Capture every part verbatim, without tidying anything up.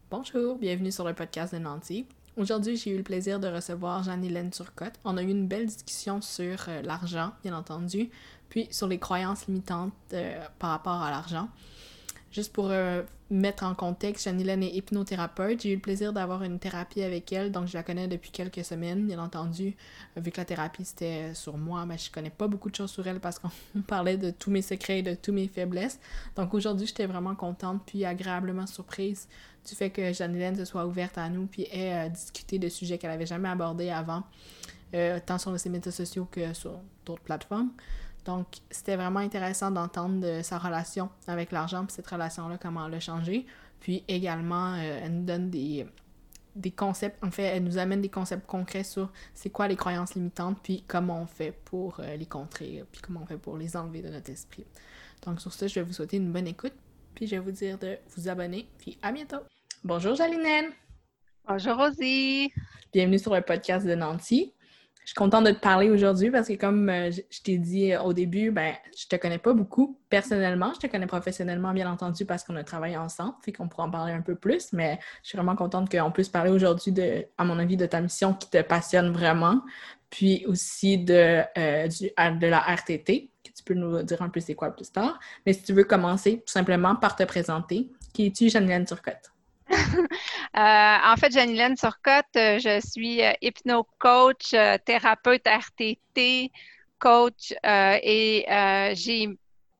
Bonjour, bienvenue sur le podcast de Nancy. Aujourd'hui, j'ai eu le plaisir de recevoir Jeanne-Hélène Turcotte. On a eu une belle discussion sur euh, l'argent, bien entendu, puis sur les croyances limitantes euh, par rapport à l'argent. Juste pour euh, mettre en contexte, Jeanne-Hélène est hypnothérapeute. J'ai eu le plaisir d'avoir une thérapie avec elle, donc je la connais depuis quelques semaines, bien entendu. Vu que la thérapie, c'était sur moi, mais je connais pas beaucoup de choses sur elle parce qu'on parlait de tous mes secrets et de toutes mes faiblesses. Donc aujourd'hui, j'étais vraiment contente puis agréablement surprise du fait que Jeanne-Hélène se soit ouverte à nous puis ait euh, discuté de sujets qu'elle avait jamais abordés avant, euh, tant sur ses médias sociaux que sur d'autres plateformes. Donc, c'était vraiment intéressant d'entendre de sa relation avec l'argent, puis cette relation-là, comment elle a changé. Puis également, euh, elle nous donne des, des concepts, en fait, elle nous amène des concepts concrets sur c'est quoi les croyances limitantes, puis comment on fait pour euh, les contrer, puis comment on fait pour les enlever de notre esprit. Donc, sur ce, je vais vous souhaiter une bonne écoute, puis je vais vous dire de vous abonner, puis à bientôt! Bonjour Jeanne-Hélène! Bonjour Rosie! Bienvenue sur le podcast de Nancy. Je suis contente de te parler aujourd'hui parce que comme euh, je t'ai dit au début, ben je te connais pas beaucoup personnellement. Je te connais professionnellement, bien entendu, parce qu'on a travaillé ensemble, fait qu'on pourra en parler un peu plus, mais je suis vraiment contente qu'on puisse parler aujourd'hui, de, à mon avis, de ta mission qui te passionne vraiment, puis aussi de, euh, du, de la R T T, que tu peux nous dire un peu c'est quoi plus tard. Mais si tu veux commencer tout simplement par te présenter, qui es-tu, Jeanne-Hélène Turcotte? Euh, en fait, Jeanne-Hélène Turcotte, euh, je suis euh, hypno-coach, euh, thérapeute R T T, coach euh, et euh, j'ai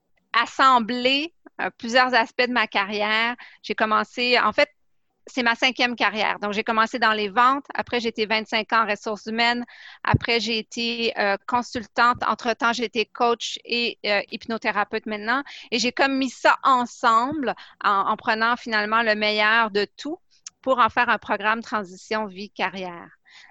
assemblé euh, plusieurs aspects de ma carrière. J'ai commencé, en fait, c'est ma cinquième carrière. Donc, j'ai commencé dans les ventes. Après, j'ai été vingt-cinq ans en ressources humaines. Après, j'ai été euh, consultante. Entre-temps, j'ai été coach et euh, hypnothérapeute maintenant. Et j'ai comme mis ça ensemble en, en prenant finalement le meilleur de tout pour en faire un programme transition vie-carrière.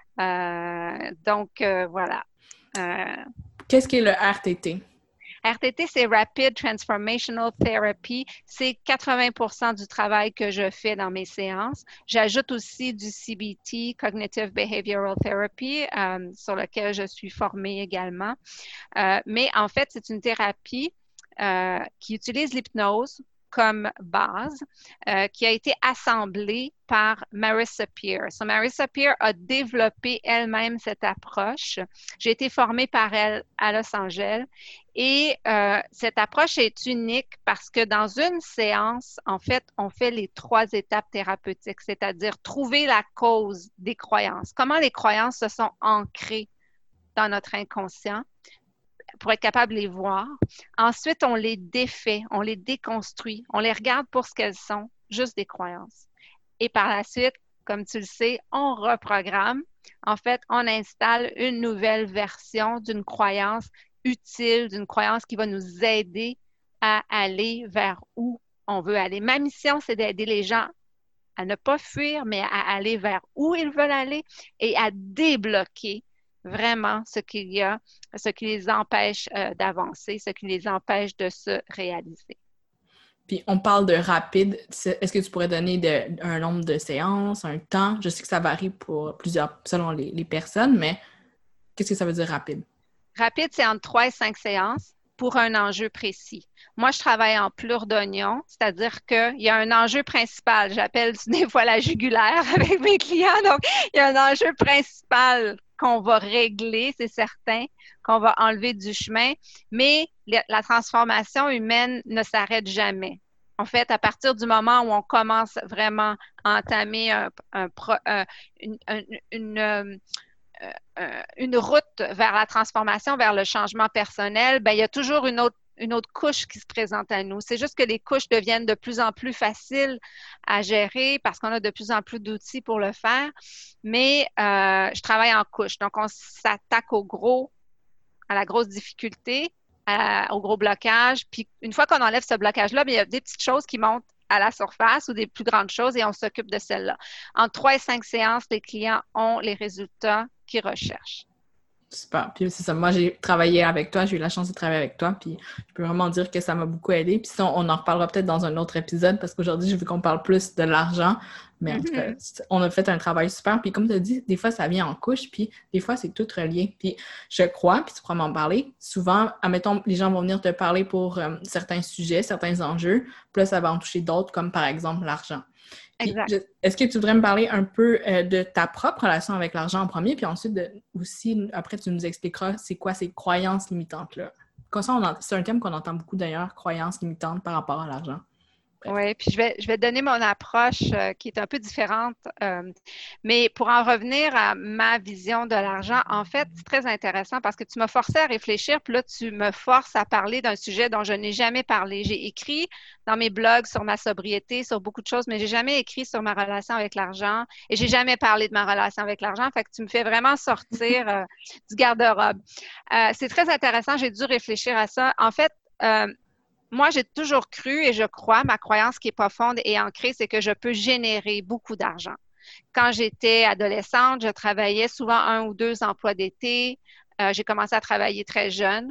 Euh, donc, euh, voilà. Euh, Qu'est-ce qu'est le R T T? R T T, c'est Rapid Transformational Therapy. C'est quatre-vingts pour cent du travail que je fais dans mes séances. J'ajoute aussi du C B T, Cognitive Behavioral Therapy, euh, sur lequel je suis formée également. Euh, mais en fait, c'est une thérapie euh, qui utilise l'hypnose comme base, euh, qui a été assemblée par Marissa Peer. So, Marissa Peer a développé elle-même cette approche. J'ai été formée par elle à Los Angeles et euh, cette approche est unique parce que dans une séance, en fait, on fait les trois étapes thérapeutiques, c'est-à-dire trouver la cause des croyances. Comment les croyances se sont ancrées dans notre inconscient pour être capable de les voir. Ensuite, on les défait, on les déconstruit, on les regarde pour ce qu'elles sont, juste des croyances. Et par la suite, comme tu le sais, on reprogramme. En fait, on installe une nouvelle version d'une croyance utile, d'une croyance qui va nous aider à aller vers où on veut aller. Ma mission, c'est d'aider les gens à ne pas fuir, mais à aller vers où ils veulent aller et à débloquer vraiment ce qu'il y a, ce qui les empêche euh, d'avancer, ce qui les empêche de se réaliser. Puis on parle de rapide. Est-ce que tu pourrais donner de, un nombre de séances, un temps? Je sais que ça varie pour plusieurs, selon les, les personnes, mais qu'est-ce que ça veut dire rapide? Rapide, c'est entre trois et cinq séances pour un enjeu précis. Moi, je travaille en plure d'oignon, c'est-à-dire qu'il y a un enjeu principal. J'appelle des fois la jugulaire avec mes clients. Donc, il y a un enjeu principal qu'on va régler, c'est certain, qu'on va enlever du chemin, mais la transformation humaine ne s'arrête jamais. En fait, à partir du moment où on commence vraiment à entamer un, un, un, une, une, une Euh, une route vers la transformation, vers le changement personnel, ben, il y a toujours une autre, une autre couche qui se présente à nous. C'est juste que les couches deviennent de plus en plus faciles à gérer parce qu'on a de plus en plus d'outils pour le faire. Mais euh, je travaille en couches. Donc, on s'attaque au gros, à la grosse difficulté, à, au gros blocage. Puis, une fois qu'on enlève ce blocage-là, bien, il y a des petites choses qui montent à la surface ou des plus grandes choses et on s'occupe de celles-là. En trois et cinq séances, les clients ont les résultats qu'ils recherchent. Super. Puis c'est ça. Moi, j'ai travaillé avec toi, j'ai eu la chance de travailler avec toi, puis je peux vraiment dire que ça m'a beaucoup aidé. Puis ça, on en reparlera peut-être dans un autre épisode parce qu'aujourd'hui, je veux qu'on parle plus de l'argent. Mais en tout cas, on a fait un travail super. Puis comme tu as dit, des fois, ça vient en couche, puis des fois, c'est tout relié. Puis je crois, puis tu pourras m'en parler, souvent, admettons, les gens vont venir te parler pour euh, certains sujets, certains enjeux, puis là, ça va en toucher d'autres, comme par exemple l'argent. Puis, Exact. je- est-ce que tu voudrais me parler un peu euh, de ta propre relation avec l'argent en premier, puis ensuite, de, aussi, après, tu nous expliqueras c'est quoi ces croyances limitantes-là. Comme ça, on en- c'est un thème qu'on entend beaucoup d'ailleurs, croyances limitantes par rapport à l'argent. Bref. Oui, puis je vais, je vais donner mon approche euh, qui est un peu différente. euh, mais pour en revenir à ma vision de l'argent, en fait, c'est très intéressant parce que tu m'as forcé à réfléchir, puis là, tu me forces à parler d'un sujet dont je n'ai jamais parlé. J'ai écrit dans mes blogs sur ma sobriété, sur beaucoup de choses, mais j'ai jamais écrit sur ma relation avec l'argent et j'ai jamais parlé de ma relation avec l'argent. Fait que tu me fais vraiment sortir euh, du garde-robe. Euh, c'est très intéressant, j'ai dû réfléchir à ça. En fait, euh, moi, j'ai toujours cru et je crois, ma croyance qui est profonde et ancrée, c'est que je peux générer beaucoup d'argent. Quand j'étais adolescente, je travaillais souvent un ou deux emplois d'été. Euh, j'ai commencé à travailler très jeune.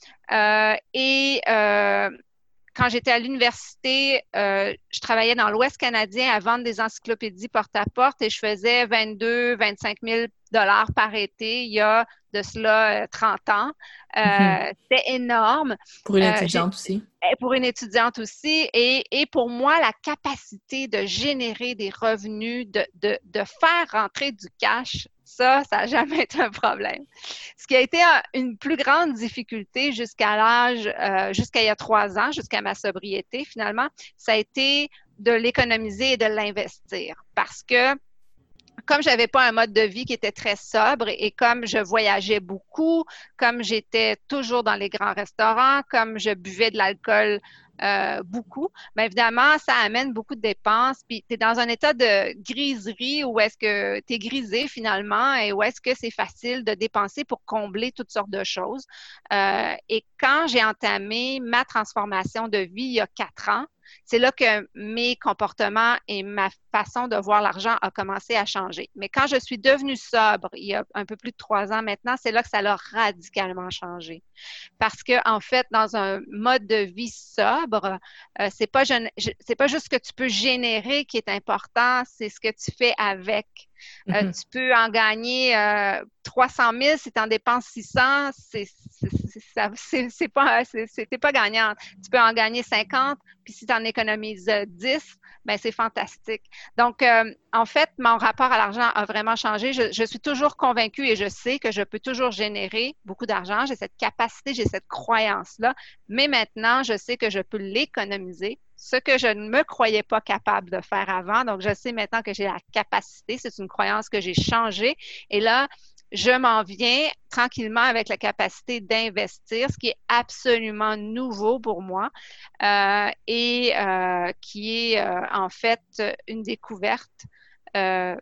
Euh, et euh, quand j'étais à l'université, euh, je travaillais dans l'Ouest canadien à vendre des encyclopédies porte-à-porte et je faisais vingt-deux, vingt-cinq mille dollars par été il y a de cela euh, trente ans. Mhm. Euh, c'était énorme. Pour une Euh, j'ai- étudiante aussi. pour une étudiante aussi. Et, et pour moi, la capacité de générer des revenus, de, de, de faire rentrer du cash, ça, ça n'a jamais été un problème. Ce qui a été un, une plus grande difficulté jusqu'à l'âge, euh, jusqu'à il y a trois ans, jusqu'à ma sobriété finalement, ça a été de l'économiser et de l'investir. Parce que comme j'avais pas un mode de vie qui était très sobre et comme je voyageais beaucoup, comme j'étais toujours dans les grands restaurants, comme je buvais de l'alcool euh, beaucoup, bien évidemment, ça amène beaucoup de dépenses. Puis tu es dans un état de griserie où est-ce que tu es grisé finalement et où est-ce que c'est facile de dépenser pour combler toutes sortes de choses. Euh, et quand j'ai entamé ma transformation de vie il y a quatre ans, c'est là que mes comportements et ma façon de voir l'argent a commencé à changer. Mais quand je suis devenue sobre, il y a un peu plus de trois ans maintenant, c'est là que ça a radicalement changé. Parce que, en fait, dans un mode de vie sobre, euh, c'est pas, c'est pas juste ce que tu peux générer qui est important, c'est ce que tu fais avec. Euh, Mhm. tu peux en gagner euh, trois cent mille, si tu en dépenses six cents, c'est, c'est, c'est, ça- c'est, c'est pas, c'est, c'est- t'es pas gagnant. Tu peux en gagner cinquante, puis si tu en économises euh, dix, ben c'est fantastique. Donc, euh, en fait, mon rapport à l'argent a vraiment changé. Je, je suis toujours convaincue et je sais que je peux toujours générer beaucoup d'argent. J'ai cette capacité, j'ai cette croyance-là. Mais maintenant, je sais que je peux l'économiser, ce que je ne me croyais pas capable de faire avant. Donc, je sais maintenant que j'ai la capacité. C'est une croyance que j'ai changée. Et là, je m'en viens tranquillement avec la capacité d'investir, ce qui est absolument nouveau pour moi euh, et euh, qui est euh, en fait une découverte euh,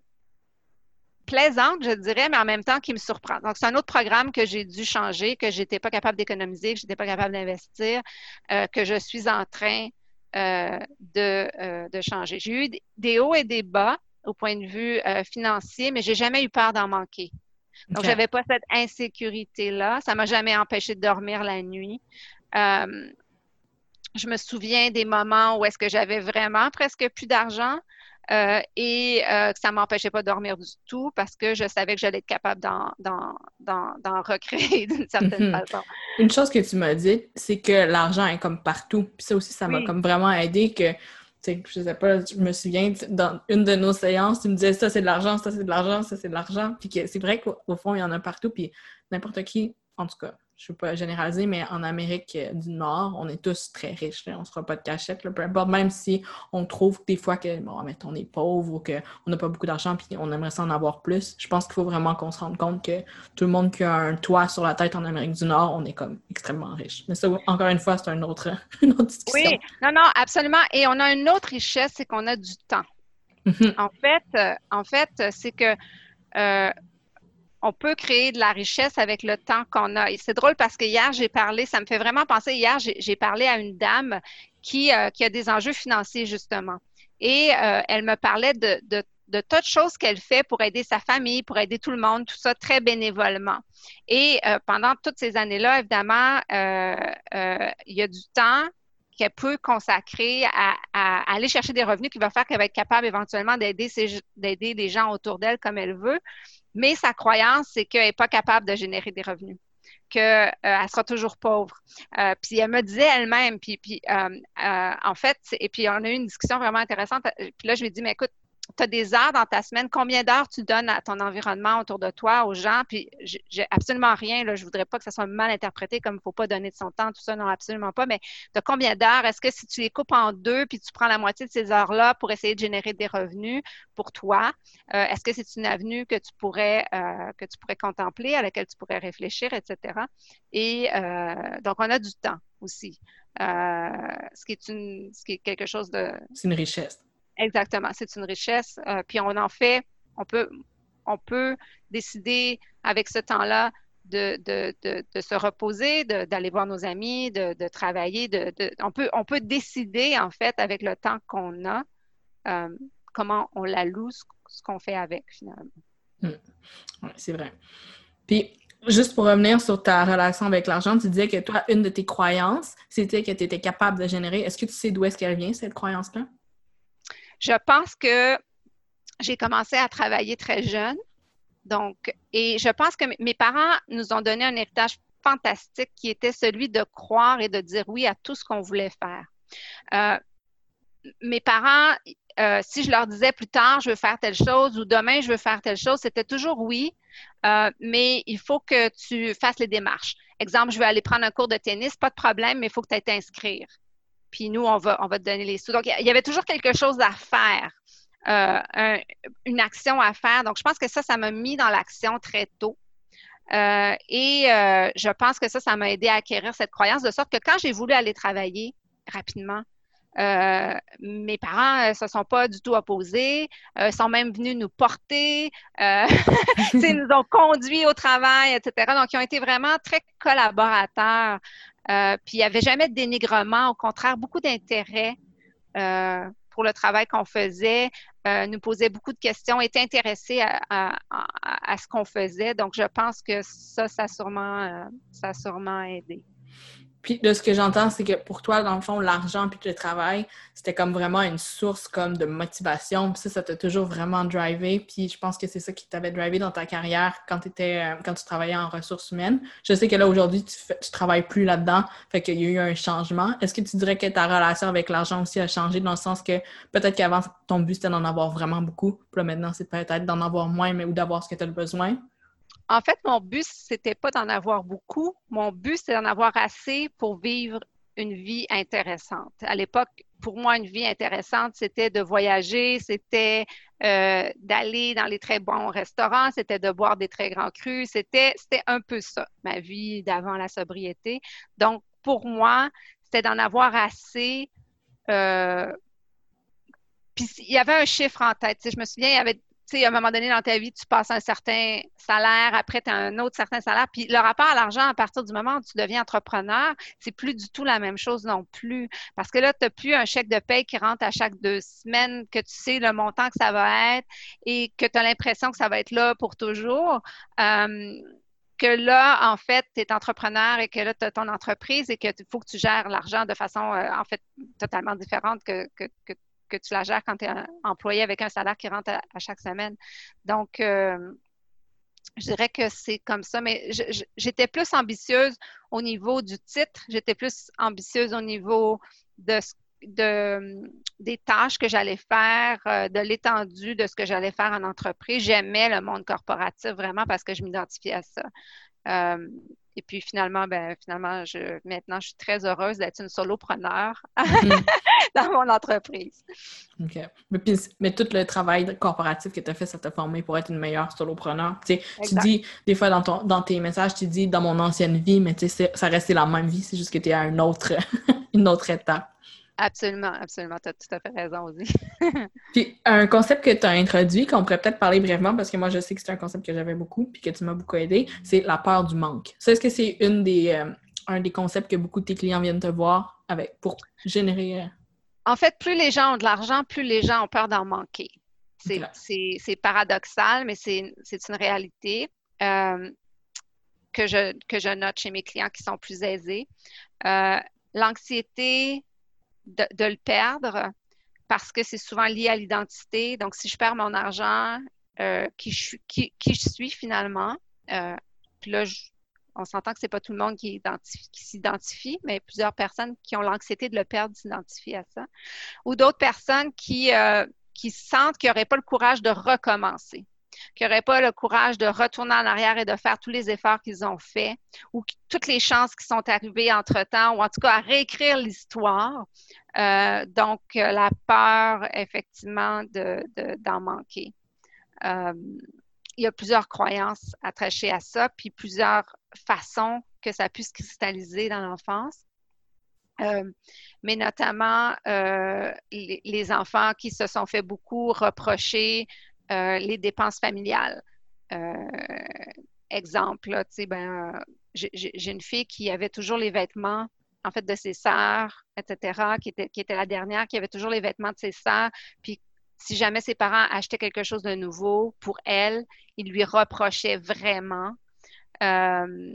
plaisante, je dirais, mais en même temps qui me surprend. Donc, c'est un autre programme que j'ai dû changer, que je n'étais pas capable d'économiser, que je n'étais pas capable d'investir, euh, que je suis en train euh, de, euh, de changer. J'ai eu des hauts et des bas au point de vue euh, financier, mais j'ai jamais eu peur d'en manquer. Donc, OK. j'avais pas cette insécurité-là. Ça m'a jamais empêché de dormir la nuit. Euh, je me souviens des moments où est-ce que j'avais vraiment presque plus d'argent euh, et euh, que ça ne m'empêchait pas de dormir du tout parce que je savais que j'allais être capable d'en, d'en, d'en, d'en recréer d'une certaine Mhm. façon. Une chose que tu m'as dit, c'est que l'argent est comme partout. Puis ça aussi, ça m'a Oui, comme vraiment aidé que, tu sais, je sais pas, je me souviens, dans une de nos séances, tu me disais ça c'est de l'argent, ça c'est de l'argent, ça c'est de l'argent. Puis que c'est vrai qu'au au fond, il y en a partout. Puis n'importe qui, en tout cas, je ne veux pas généraliser, mais en Amérique du Nord, on est tous très riches. Là. On ne se fera pas de cachette, là, peu importe, même si on trouve des fois que, bon, mettons, on est pauvre ou qu'on n'a pas beaucoup d'argent puis on aimerait s'en avoir plus. Je pense qu'il faut vraiment qu'on se rende compte que tout le monde qui a un toit sur la tête en Amérique du Nord, on est comme extrêmement riche. Mais ça, encore une fois, c'est une autre, une autre oui, discussion. non, non, absolument. Et on a une autre richesse, c'est qu'on a du temps. Mhm. En fait, euh, en fait, c'est que euh, on peut créer de la richesse avec le temps qu'on a. Et c'est drôle parce que hier, j'ai parlé, ça me fait vraiment penser, hier, j'ai, j'ai parlé à une dame qui, euh, qui a des enjeux financiers, justement. Et euh, elle me parlait de, de, de tas de choses qu'elle fait pour aider sa famille, pour aider tout le monde, tout ça très bénévolement. Et euh, pendant toutes ces années-là, évidemment, euh, euh, il y a du temps qu'elle peut consacrer à, à, à aller chercher des revenus qui va faire qu'elle va être capable éventuellement d'aider, ses, d'aider des gens autour d'elle comme elle veut. Mais sa croyance, c'est qu'elle n'est pas capable de générer des revenus, qu'elle euh, sera toujours pauvre. Euh, puis elle me disait elle-même, puis, puis euh, euh, en fait, et puis on a eu une discussion vraiment intéressante. Puis là, je lui ai dit, mais écoute, tu as des heures dans ta semaine, combien d'heures tu donnes à ton environnement autour de toi, aux gens, puis j'ai absolument rien, là, je voudrais pas que ça soit mal interprété comme il ne faut pas donner de son temps, tout ça, non, absolument pas, mais tu as combien d'heures? Est-ce que si tu les coupes en deux, puis tu prends la moitié de ces heures-là pour essayer de générer des revenus pour toi, euh, est-ce que c'est une avenue que tu pourrais euh, que tu pourrais contempler, à laquelle tu pourrais réfléchir, et cetera. Et euh, donc, on a du temps aussi, euh, ce qui est une, ce qui est quelque chose de... C'est une richesse. Exactement, c'est une richesse. Euh, puis on en fait, on peut, on peut décider avec ce temps-là de, de, de, de se reposer, de, d'aller voir nos amis, de, de travailler. De, de, on peut, on peut décider, en fait, avec le temps qu'on a, euh, comment on l'alloue, ce, ce qu'on fait avec, finalement. Mmh. Oui, c'est vrai. Puis, juste pour revenir sur ta relation avec l'argent, tu disais que toi, une de tes croyances, c'était que tu étais capable de générer. Est-ce que tu sais d'où est-ce qu'elle vient, cette croyance-là? Je pense que j'ai commencé à travailler très jeune. Donc, et je pense que mes parents nous ont donné un héritage fantastique qui était celui de croire et de dire oui à tout ce qu'on voulait faire. Euh, mes parents, euh, si je leur disais plus tard, je veux faire telle chose ou demain, je veux faire telle chose, c'était toujours oui, euh, mais il faut que tu fasses les démarches. Exemple, je veux aller prendre un cours de tennis, pas de problème, mais il faut que tu ailles t'inscrire. Puis nous, on va, on va te donner les sous. Donc, il y avait toujours quelque chose à faire, euh, un, une action à faire. Donc, je pense que ça, ça m'a mis dans l'action très tôt. Euh, et euh, je pense que ça, ça m'a aidé à acquérir cette croyance, de sorte que quand j'ai voulu aller travailler rapidement, euh, mes parents ne se sont pas du tout opposés, euh, sont même venus nous porter, euh, ils nous ont conduits au travail, et cetera. Donc, ils ont été vraiment très collaborateurs. Euh, puis, il n'y avait jamais de dénigrement, au contraire, beaucoup d'intérêt euh, pour le travail qu'on faisait, euh, nous posaient beaucoup de questions, étaient intéressés à, à, à, à ce qu'on faisait. Donc, je pense que ça, ça a sûrement, euh, ça a sûrement aidé. Puis de ce que j'entends, c'est que pour toi, dans le fond, l'argent puis le travail, c'était comme vraiment une source comme de motivation. Puis ça, ça t'a toujours vraiment drivé. Puis je pense que c'est ça qui t'avait drivé dans ta carrière quand, t'étais, euh, quand tu travaillais en ressources humaines. Je sais que là, aujourd'hui, tu ne travailles plus là-dedans. Fait qu'il y a eu un changement. Est-ce que tu dirais que ta relation avec l'argent aussi a changé dans le sens que peut-être qu'avant, ton but, c'était d'en avoir vraiment beaucoup. Puis là, maintenant, c'est peut-être d'en avoir moins, mais ou d'avoir ce que tu as besoin? En fait, mon but, c'était pas d'en avoir beaucoup. Mon but, c'était d'en avoir assez pour vivre une vie intéressante. À l'époque, pour moi, une vie intéressante, c'était de voyager, c'était euh, d'aller dans les très bons restaurants, c'était de boire des très grands crus, c'était, c'était un peu ça, ma vie d'avant la sobriété. Donc, pour moi, c'était d'en avoir assez. Euh, puis, il y avait un chiffre en tête. Tu sais, je me souviens, il y avait tu sais, à un moment donné dans ta vie, tu passes un certain salaire, après, tu as un autre certain salaire. Puis le rapport à l'argent, à partir du moment où tu deviens entrepreneur, c'est plus du tout la même chose non plus. Parce que là, tu n'as plus un chèque de paie qui rentre à chaque deux semaines, que tu sais le montant que ça va être et que tu as l'impression que ça va être là pour toujours. Euh, que là, en fait, tu es entrepreneur et que là, tu as ton entreprise et qu'il faut que tu gères l'argent de façon, euh, en fait, totalement différente que, que, que que tu la gères quand tu es employé avec un salaire qui rentre à, à chaque semaine. Donc, euh, je dirais que c'est comme ça, mais je, je, j'étais plus ambitieuse au niveau du titre, j'étais plus ambitieuse au niveau de, de, des tâches que j'allais faire, de l'étendue de ce que j'allais faire en entreprise. J'aimais le monde corporatif vraiment parce que je m'identifiais à ça. Euh, et puis finalement, ben finalement, je, maintenant, je suis très heureuse d'être une solopreneur dans mon entreprise. OK. Mais, puis, mais tout le travail corporatif que tu as fait, ça t'a formé pour être une meilleure solopreneur. Tu sais, tu dis, des fois dans, ton, dans tes messages, tu dis dans mon ancienne vie, mais tu sais, ça restait la même vie, c'est juste que tu es à une autre, une autre étape. Absolument, absolument. Tu as tout à fait raison aussi. Puis, un concept que tu as introduit, qu'on pourrait peut-être parler brièvement, parce que moi, je sais que c'est un concept que j'avais beaucoup puis que tu m'as beaucoup aidé, c'est la peur du manque. Ça, est-ce que c'est une des, euh, un des concepts que beaucoup de tes clients viennent te voir avec pour générer... Euh... En fait, plus les gens ont de l'argent, plus les gens ont peur d'en manquer. C'est, okay. c'est, c'est paradoxal, mais c'est, c'est une réalité euh, que, je, que je note chez mes clients qui sont plus aisés. Euh, l'anxiété de, de le perdre, parce que c'est souvent lié à l'identité. Donc, si je perds mon argent, euh, qui, je, qui, qui je suis finalement, euh, puis là, je, on s'entend que c'est pas tout le monde qui, identifie, qui s'identifie, mais plusieurs personnes qui ont l'anxiété de le perdre s'identifient à ça. Ou d'autres personnes qui, euh, qui sentent qu'ils n'auraient pas le courage de recommencer, qu'ils n'auraient pas le courage de retourner en arrière et de faire tous les efforts qu'ils ont faits ou toutes les chances qui sont arrivées entre-temps, ou en tout cas à réécrire l'histoire. Euh, donc, euh, la peur, effectivement, de, de, d'en manquer. Euh, il y a plusieurs croyances attachées à ça, puis plusieurs façons que ça puisse cristalliser dans l'enfance. Euh, mais notamment euh, les, les enfants qui se sont fait beaucoup reprocher euh, les dépenses familiales. Euh, exemple, là, tu sais, ben, j'ai, j'ai une fille qui avait toujours les vêtements, en fait, de ses sœurs, et cetera, qui était, qui était la dernière, qui avait toujours les vêtements de ses sœurs, puis si jamais ses parents achetaient quelque chose de nouveau pour elle, ils lui reprochaient vraiment. Euh,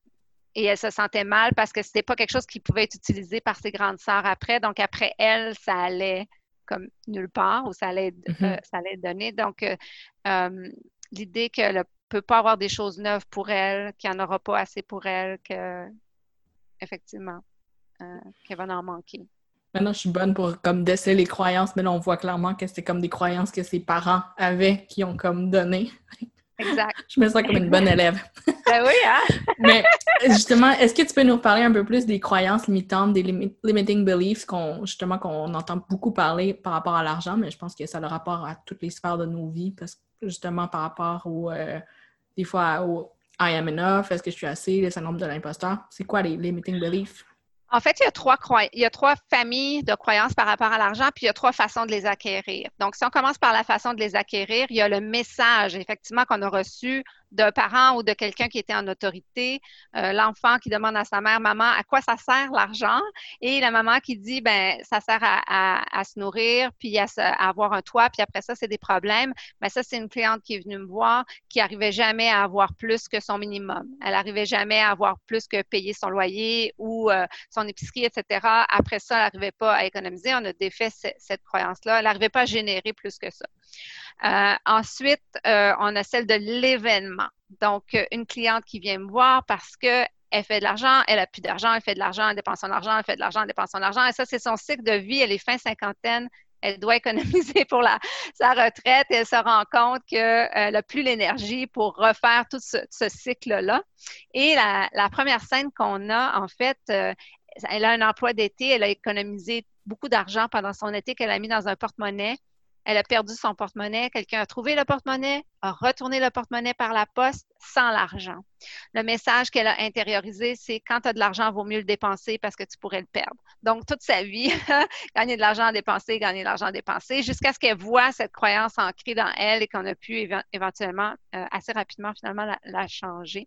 Et elle se sentait mal parce que c'était pas quelque chose qui pouvait être utilisé par ses grandes sœurs après. Donc, après elle, ça allait comme nulle part ou ça allait, mm-hmm. euh, ça allait donner. Donc, euh, euh, l'idée qu'elle ne peut pas avoir des choses neuves pour elle, qu'il n'y en aura pas assez pour elle, que, effectivement, euh, qu'elle va en manquer. Maintenant, je suis bonne pour comme déceler les croyances, mais là, on voit clairement que c'est comme des croyances que ses parents avaient qui ont comme donné. Exact. Je me sens comme une bonne élève. Ben oui, hein? Mais justement, est-ce que tu peux nous parler un peu plus des croyances limitantes, des lim- limiting beliefs qu'on justement qu'on entend beaucoup parler par rapport à l'argent, mais je pense que ça a le rapport à toutes les sphères de nos vies, parce que justement par rapport au euh, des fois au I am enough, est-ce que je suis assez, le syndrome de l'imposteur, c'est quoi les limiting beliefs? En fait, il y a trois croy- il y a trois familles de croyances par rapport à l'argent, puis il y a trois façons de les acquérir. Donc, si on commence par la façon de les acquérir, il y a le message, effectivement, qu'on a reçu d'un parent ou de quelqu'un qui était en autorité, euh, l'enfant qui demande à sa mère, maman, à quoi ça sert l'argent? Et la maman qui dit, ben, ça sert à, à, à se nourrir, puis à, se, à avoir un toit, puis après ça, c'est des problèmes. Ben, ça, c'est une cliente qui est venue me voir, qui n'arrivait jamais à avoir plus que son minimum. Elle n'arrivait jamais à avoir plus que payer son loyer ou euh, son épicerie, et cetera. Après ça, elle n'arrivait pas à économiser. On a défait c- cette croyance-là. Elle n'arrivait pas à générer plus que ça. Euh, ensuite, euh, on a celle de l'événement. Donc, euh, une cliente qui vient me voir parce que elle fait de l'argent, elle n'a plus d'argent, elle fait de l'argent, elle dépense son argent, elle fait de l'argent, elle dépense son argent. Et ça, c'est son cycle de vie. Elle est fin cinquantaine. Elle doit économiser pour la, sa retraite et elle se rend compte qu'elle n'a plus l'énergie pour refaire tout ce, ce cycle-là. Et la, la première scène qu'on a, en fait, euh, elle a un emploi d'été, elle a économisé beaucoup d'argent pendant son été qu'elle a mis dans un porte-monnaie. Elle a perdu son porte-monnaie. Quelqu'un a trouvé le porte-monnaie, a retourné le porte-monnaie par la poste sans l'argent. Le message qu'elle a intériorisé, c'est quand tu as de l'argent, il vaut mieux le dépenser parce que tu pourrais le perdre. Donc, toute sa vie, gagner de l'argent à dépenser, gagner de l'argent à dépenser, jusqu'à ce qu'elle voit cette croyance ancrée dans elle et qu'on a pu éve- éventuellement, euh, assez rapidement, finalement, la, la changer.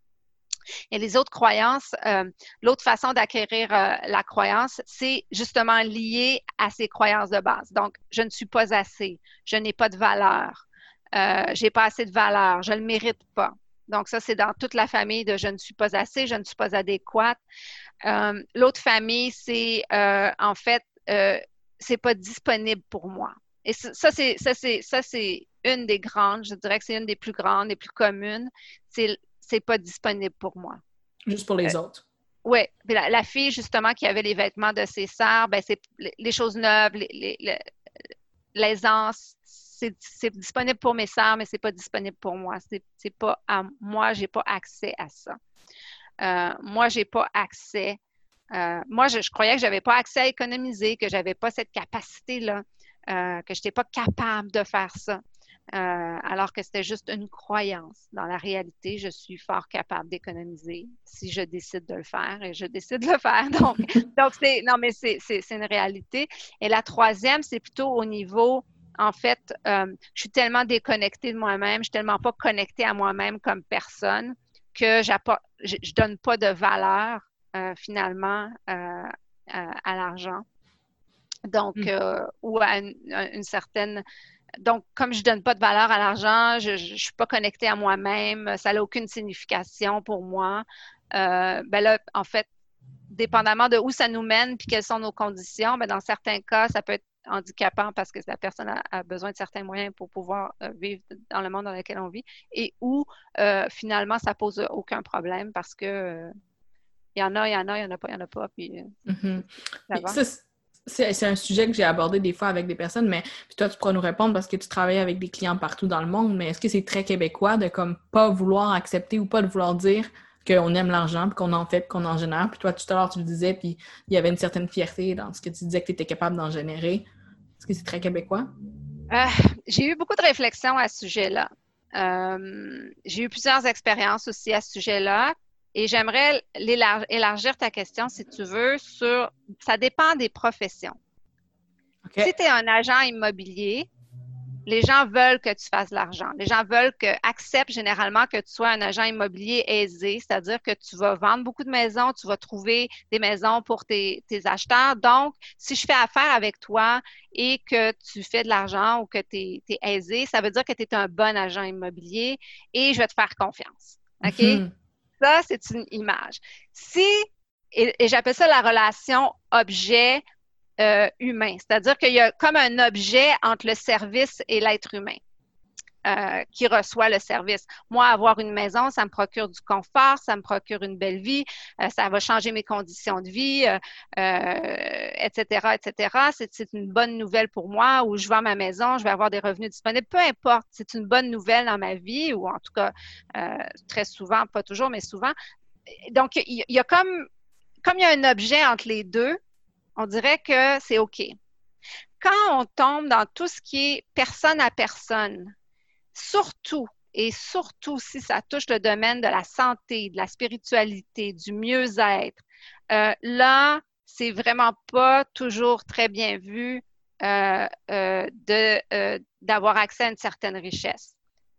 Et les autres croyances, euh, l'autre façon d'acquérir euh, la croyance, c'est justement lié à ces croyances de base. Donc, je ne suis pas assez, je n'ai pas de valeur, euh, j'ai pas assez de valeur, je ne le mérite pas. Donc, ça, c'est dans toute la famille de je ne suis pas assez, je ne suis pas adéquate. Euh, l'autre famille, c'est euh, en fait, euh, c'est pas disponible pour moi. Et ça, c'est, ça, c'est, ça, c'est une des grandes, je dirais que c'est une des plus grandes, des plus communes. C'est c'est pas disponible pour moi. Juste pour les euh, autres. Oui. La, la fille, justement, qui avait les vêtements de ses sœurs, ben, c'est les, les choses neuves, les, les, les, l'aisance, c'est, c'est disponible pour mes sœurs, mais c'est pas disponible pour moi. C'est, c'est pas à moi, j'ai pas accès à ça. Euh, moi, j'ai pas accès. Euh, moi, je, je croyais que j'avais pas accès à économiser, que j'avais pas cette capacité-là, euh, que j'étais pas capable de faire ça. Euh, alors que c'était juste une croyance. Dans la réalité, je suis fort capable d'économiser si je décide de le faire et je décide de le faire. Donc, donc c'est, non, mais c'est, c'est, c'est une réalité. Et la troisième, c'est plutôt au niveau, en fait, euh, je suis tellement déconnectée de moi-même, je suis tellement pas connectée à moi-même comme personne que je ne donne pas de valeur euh, finalement euh, à, à l'argent. Donc, mm. euh, ou à une, une certaine... Donc, comme je ne donne pas de valeur à l'argent, je ne suis pas connectée à moi-même, ça n'a aucune signification pour moi. Euh, ben là, en fait, dépendamment de où ça nous mène puis quelles sont nos conditions, ben dans certains cas, ça peut être handicapant parce que la personne a, a besoin de certains moyens pour pouvoir euh, vivre dans le monde dans lequel on vit et où euh, finalement, ça pose aucun problème parce que euh, il y en a, il y en a, il n'y en a pas, il n'y en a pas. Puis, mm-hmm. ça va. Ça, C'est, c'est un sujet que j'ai abordé des fois avec des personnes, mais puis toi, tu pourras nous répondre parce que tu travailles avec des clients partout dans le monde, mais est-ce que c'est très québécois de comme pas vouloir accepter ou pas de vouloir dire qu'on aime l'argent, puis qu'on en fait, puis qu'on en génère? Puis toi, tout à l'heure, tu le disais, puis il y avait une certaine fierté dans ce que tu disais que tu étais capable d'en générer. Est-ce que c'est très québécois? Euh, j'ai eu beaucoup de réflexions à ce sujet-là. Euh, j'ai eu plusieurs expériences aussi à ce sujet-là et j'aimerais l'élar- élargir ta question, si tu veux, sur, ça dépend des professions. OK. Si tu es un agent immobilier, les gens veulent que tu fasses de l'argent. Les gens veulent que, acceptent généralement que tu sois un agent immobilier aisé, c'est-à-dire que tu vas vendre beaucoup de maisons, tu vas trouver des maisons pour tes, tes acheteurs. Donc, si je fais affaire avec toi et que tu fais de l'argent ou que tu es, es aisé, ça veut dire que tu es un bon agent immobilier et je vais te faire confiance. OK? Mhm. Ça, c'est une image. Si, et, et j'appelle ça la relation objet euh, humain, c'est-à-dire qu'il y a comme un objet entre le service et l'être humain euh, qui reçoit le service. Moi, avoir une maison, ça me procure du confort, ça me procure une belle vie, euh, ça va changer mes conditions de vie, euh, euh, et cetera, et cetera. C'est, c'est une bonne nouvelle pour moi, où je vends ma maison, je vais avoir des revenus disponibles, peu importe, c'est une bonne nouvelle dans ma vie, ou en tout cas, euh, très souvent, pas toujours, mais souvent. Donc, il y, y a comme, comme il y a un objet entre les deux, on dirait que c'est OK. Quand on tombe dans tout ce qui est personne à personne, surtout et surtout si ça touche le domaine de la santé, de la spiritualité, du mieux-être, euh, là, c'est vraiment pas toujours très bien vu euh, euh, de, euh, d'avoir accès à une certaine richesse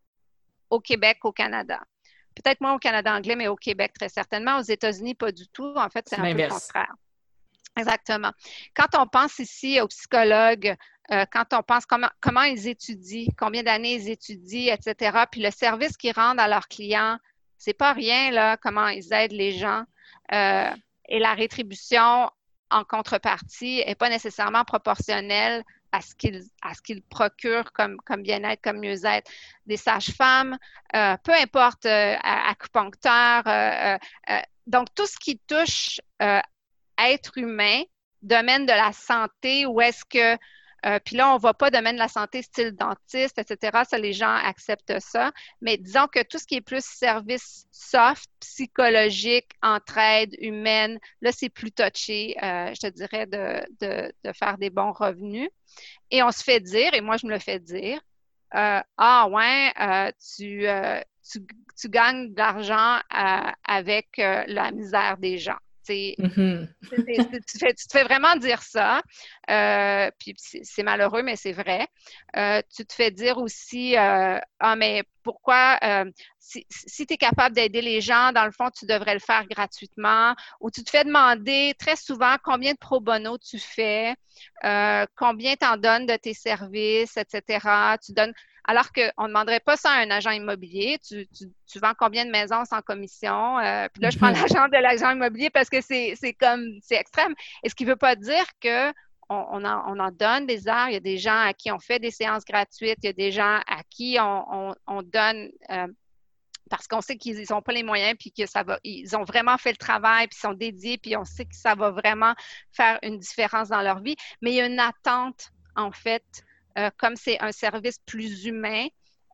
au Québec, au Canada. Peut-être moins au Canada anglais, mais au Québec, très certainement. Aux États-Unis, pas du tout. En fait, c'est C'est un peu le l'inverse. contraire. Exactement. Quand on pense ici aux psychologues, euh, quand on pense comment, comment ils étudient, combien d'années ils étudient, et cetera, puis le service qu'ils rendent à leurs clients, c'est pas rien, là, comment ils aident les gens. Euh, et la rétribution en contrepartie n'est pas nécessairement proportionnelle à ce qu'ils à ce qu'ils procurent comme, comme bien-être, comme mieux-être. Des sages-femmes, euh, peu importe, euh, acupuncteurs, euh, euh, euh, donc tout ce qui touche euh, être humain, domaine de la santé, où est-ce que, euh, puis là, on ne va pas domaine de la santé style dentiste, et cetera. Ça, les gens acceptent ça. Mais disons que tout ce qui est plus service soft, psychologique, entraide, humaine, là, c'est plus touché, euh, je te dirais, de, de, de faire des bons revenus. Et on se fait dire, et moi, je me le fais dire, euh, ah ouais, euh, tu, euh, tu, tu gagnes de l'argent euh, avec euh, la misère des gens. Mhm. C'est- c'est- tu, fais- tu te fais vraiment dire ça, euh, puis c'est c'est malheureux, mais c'est vrai. Euh, tu te fais dire aussi, euh, ah, mais pourquoi, euh, si, si tu es capable d'aider les gens, dans le fond, tu devrais le faire gratuitement, ou tu te fais demander très souvent combien de pro bono tu fais, euh, combien tu en donnes de tes services, et cetera. Tu donnes, alors qu'on ne demanderait pas ça à un agent immobilier. Tu, tu, tu vends combien de maisons sans commission? Euh, puis là, je prends Mhm. l'argent de l'agent immobilier parce que c'est, c'est comme, c'est extrême. Et ce qui ne veut pas dire que on, on, en, on en donne des heures. Il y a des gens à qui on fait des séances gratuites. Il y a des gens à qui on, on, on donne euh, parce qu'on sait qu'ils n'ont pas les moyens puis que ça va, ils ont vraiment fait le travail puis ils sont dédiés puis on sait que ça va vraiment faire une différence dans leur vie. Mais il y a une attente, en fait, euh, comme c'est un service plus humain,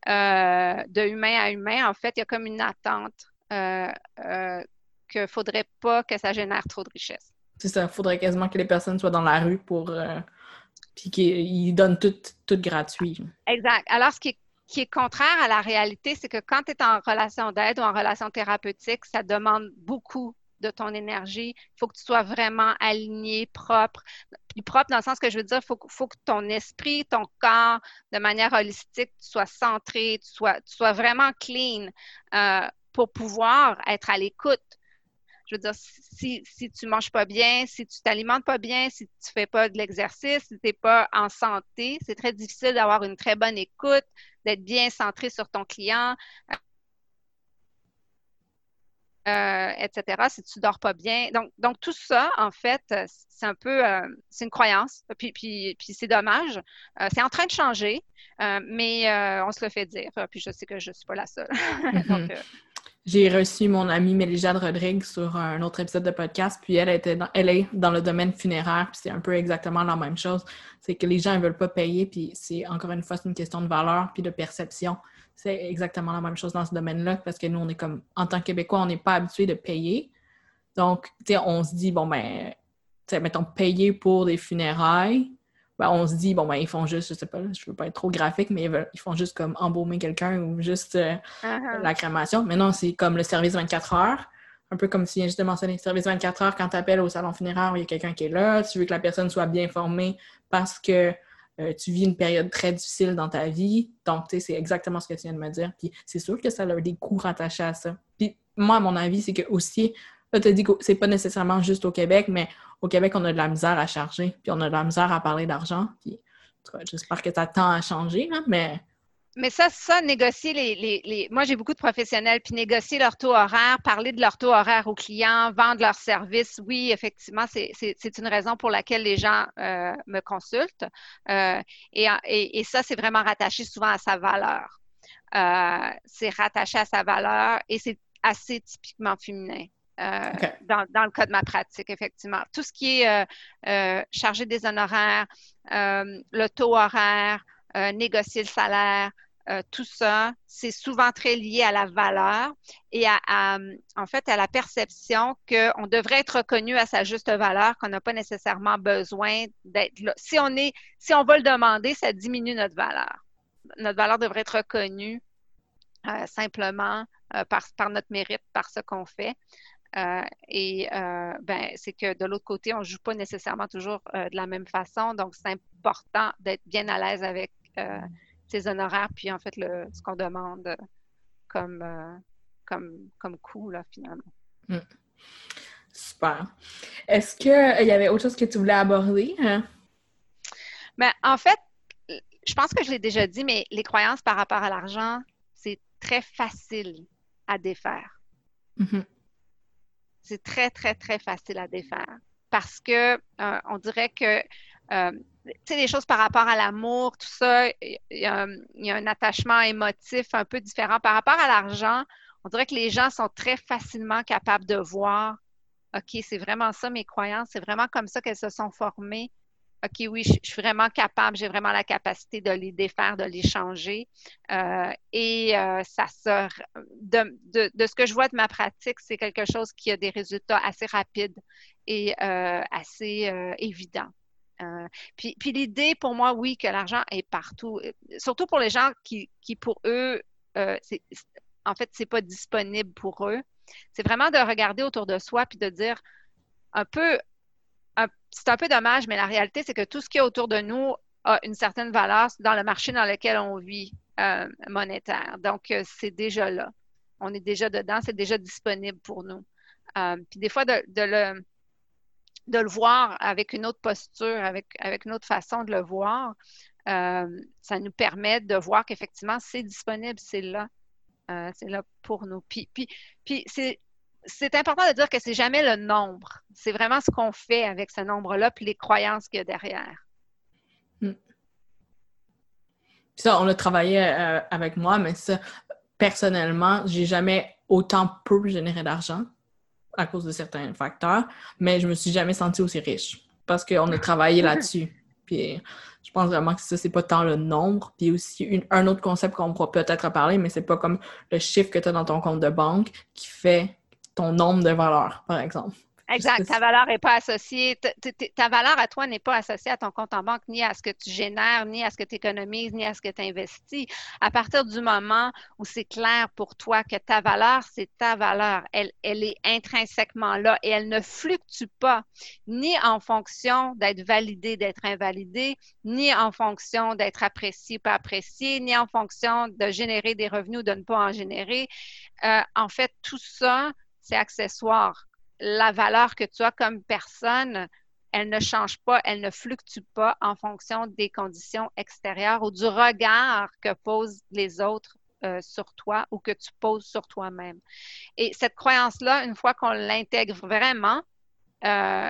euh, de humain à humain, en fait, il y a comme une attente euh, euh, qu'il ne faudrait pas que ça génère trop de richesse. C'est ça, il faudrait quasiment que les personnes soient dans la rue pour... euh, puis qu'ils donnent tout, tout gratuit. Exact. Alors, ce qui est, qui est contraire à la réalité, c'est que quand tu es en relation d'aide ou en relation thérapeutique, ça demande beaucoup de ton énergie. Il faut que tu sois vraiment aligné, propre. Puis propre dans le sens que je veux dire, il faut, faut que ton esprit, ton corps, de manière holistique, tu sois centré, tu sois, tu sois vraiment clean euh, pour pouvoir être à l'écoute. Je veux dire, si, si tu ne manges pas bien, si tu ne t'alimentes pas bien, si tu ne fais pas de l'exercice, si tu n'es pas en santé, c'est très difficile d'avoir une très bonne écoute, d'être bien centré sur ton client, euh, et cetera. Si tu ne dors pas bien. Donc, donc, tout ça, en fait, c'est un peu, euh, c'est une croyance, puis, puis, puis c'est dommage. Euh, c'est en train de changer, euh, mais euh, on se le fait dire. Puis je sais que je ne suis pas la seule. Donc, Mhm. euh, j'ai reçu mon amie Mélijade Rodrigue sur un autre épisode de podcast, puis elle était dans, elle est dans le domaine funéraire, puis c'est un peu exactement la même chose. C'est que les gens ne veulent pas payer, puis c'est encore une fois, c'est une question de valeur puis de perception. C'est exactement la même chose dans ce domaine-là, parce que nous, on est comme, en tant que Québécois, on n'est pas habitué de payer. Donc, tu sais, on se dit, bon, ben, tu sais, mettons, payer pour des funérailles, ben, on se dit, bon, ben, ils font juste, je sais pas, je veux pas être trop graphique, mais ils, veulent, ils font juste comme embaumer quelqu'un ou juste euh, Uh-huh. la crémation. Mais non, c'est comme le service vingt-quatre heures. Un peu comme si je t'ai mentionné, service vingt-quatre heures, quand tu appelles au salon funéraire, il y a quelqu'un qui est là, tu veux que la personne soit bien formée parce que euh, tu vis une période très difficile dans ta vie. Donc, tu sais, c'est exactement ce que tu viens de me dire. Puis c'est sûr que ça a des coûts rattachés à ça. Puis moi, à mon avis, c'est que aussi, là, tu as dit que c'est pas nécessairement juste au Québec, mais au Québec, on a de la misère à charger, puis on a de la misère à parler d'argent. Puis, en tout cas, j'espère que ça tend à changer, hein, mais... Mais ça, ça, négocier les, les, les... Moi, j'ai beaucoup de professionnels, puis négocier leur taux horaire, parler de leur taux horaire aux clients, vendre leurs services, oui, effectivement, c'est, c'est, c'est une raison pour laquelle les gens euh, me consultent. Euh, et, et, et ça, c'est vraiment rattaché souvent à sa valeur. Euh, c'est rattaché à sa valeur et c'est assez typiquement féminin. Euh, okay. dans, dans le cas de ma pratique, effectivement. Tout ce qui est euh, euh, charger des honoraires, euh, le taux horaire, euh, négocier le salaire, euh, tout ça, c'est souvent très lié à la valeur et à, à en fait, à la perception qu'on devrait être reconnu à sa juste valeur, qu'on n'a pas nécessairement besoin d'être là. Si on est, si on va le demander, ça diminue notre valeur. Notre valeur devrait être reconnue euh, simplement euh, par, par notre mérite, par ce qu'on fait. Euh, et euh, ben, c'est que de l'autre côté, on ne joue pas nécessairement toujours euh, de la même façon. Donc, c'est important d'être bien à l'aise avec euh, ses honoraires, puis en fait, le, ce qu'on demande comme, euh, comme, comme coût, là, finalement. Mm. Super. Est-ce qu'il euh, y avait autre chose que tu voulais aborder? Hein? Ben, en fait, je pense que je l'ai déjà dit, mais les croyances par rapport à l'argent, c'est très facile à défaire. Mm-hmm. C'est très, très, très facile à défaire parce que euh, on dirait que, euh, tu sais, les choses par rapport à l'amour, tout ça, il y, a, il y a un attachement émotif un peu différent. Par rapport à l'argent, on dirait que les gens sont très facilement capables de voir, OK, c'est vraiment ça mes croyances, c'est vraiment comme ça qu'elles se sont formées. OK, oui, je, je suis vraiment capable, j'ai vraiment la capacité de les défaire, de les changer. Euh, et euh, ça sort de, de, de ce que je vois de ma pratique, c'est quelque chose qui a des résultats assez rapides et euh, assez euh, évidents. Euh, puis, puis l'idée pour moi, oui, que l'argent est partout, surtout pour les gens qui, qui pour eux, euh, c'est, en fait, c'est pas disponible pour eux. C'est vraiment de regarder autour de soi puis de dire un peu, un, c'est un peu dommage, mais la réalité, c'est que tout ce qui est autour de nous a une certaine valeur dans le marché dans lequel on vit euh, monétaire. Donc, euh, c'est déjà là. On est déjà dedans, c'est déjà disponible pour nous. Euh, puis des fois, de, de, le, de le voir avec une autre posture, avec, avec une autre façon de le voir, euh, ça nous permet de voir qu'effectivement, c'est disponible, c'est là. Euh, c'est là pour nous. Puis, puis, puis c'est c'est important de dire que c'est jamais le nombre. C'est vraiment ce qu'on fait avec ce nombre-là, puis les croyances qu'il y a derrière. Hmm. Ça, on a travaillé euh, avec moi, mais ça, personnellement, j'ai jamais autant peu généré d'argent à cause de certains facteurs, mais je me suis jamais sentie aussi riche parce qu'on a travaillé là-dessus. Puis je pense vraiment que ça, c'est pas tant le nombre. Puis aussi, une, un autre concept qu'on pourra peut-être parler, mais c'est pas comme le chiffre que tu as dans ton compte de banque qui fait ton nombre de valeurs, par exemple. Exact. Ta valeur n'est pas associée, ta, ta valeur à toi n'est pas associée à ton compte en banque, ni à ce que tu génères, ni à ce que tu économises, ni à ce que tu investis. À partir du moment où c'est clair pour toi que ta valeur, c'est ta valeur, elle, elle est intrinsèquement là et elle ne fluctue pas, ni en fonction d'être validé, d'être invalidé, ni en fonction d'être apprécié, pas apprécié, ni en fonction de générer des revenus ou de ne pas en générer. Euh, en fait, tout ça, c'est accessoire. La valeur que tu as comme personne, elle ne change pas, elle ne fluctue pas en fonction des conditions extérieures ou du regard que posent les autres euh, sur toi ou que tu poses sur toi-même. Et cette croyance-là, une fois qu'on l'intègre vraiment, euh,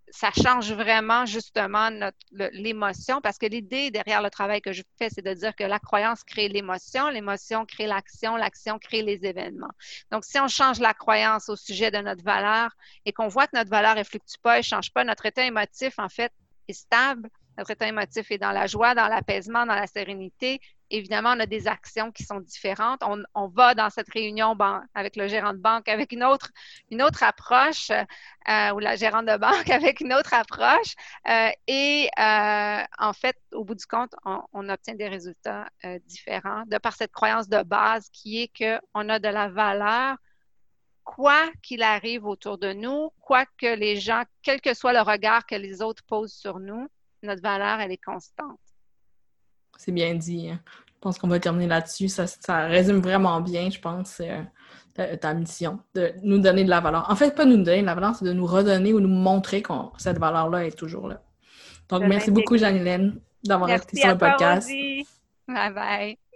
ça change vraiment justement notre, le, l'émotion, parce que l'idée derrière le travail que je fais, c'est de dire que la croyance crée l'émotion, l'émotion crée l'action, l'action crée les événements. Donc, si on change la croyance au sujet de notre valeur et qu'on voit que notre valeur ne fluctue pas, elle ne change pas, notre état émotif, en fait, est stable, notre état émotif est dans la joie, dans l'apaisement, dans la sérénité. Évidemment, on a des actions qui sont différentes. On, on va dans cette réunion ban- avec le gérant de banque avec une autre, une autre approche, euh, ou la gérante de banque avec une autre approche. Euh, et euh, en fait, au bout du compte, on, on obtient des résultats euh, différents de par cette croyance de base qui est qu'on a de la valeur, quoi qu'il arrive autour de nous, quoi que les gens, quel que soit le regard que les autres posent sur nous, notre valeur, elle est constante. C'est bien dit. Hein. Je pense qu'on va terminer là-dessus. Ça, ça résume vraiment bien, je pense, euh, ta, ta mission, de nous donner de la valeur. En fait, pas nous donner de la valeur, c'est de nous redonner ou nous montrer que cette valeur-là est toujours là. Donc, De merci beaucoup, l'intégrer. Jeanne-Hélène, d'avoir été Merci sur à le toi, podcast. Rosy. Bye bye.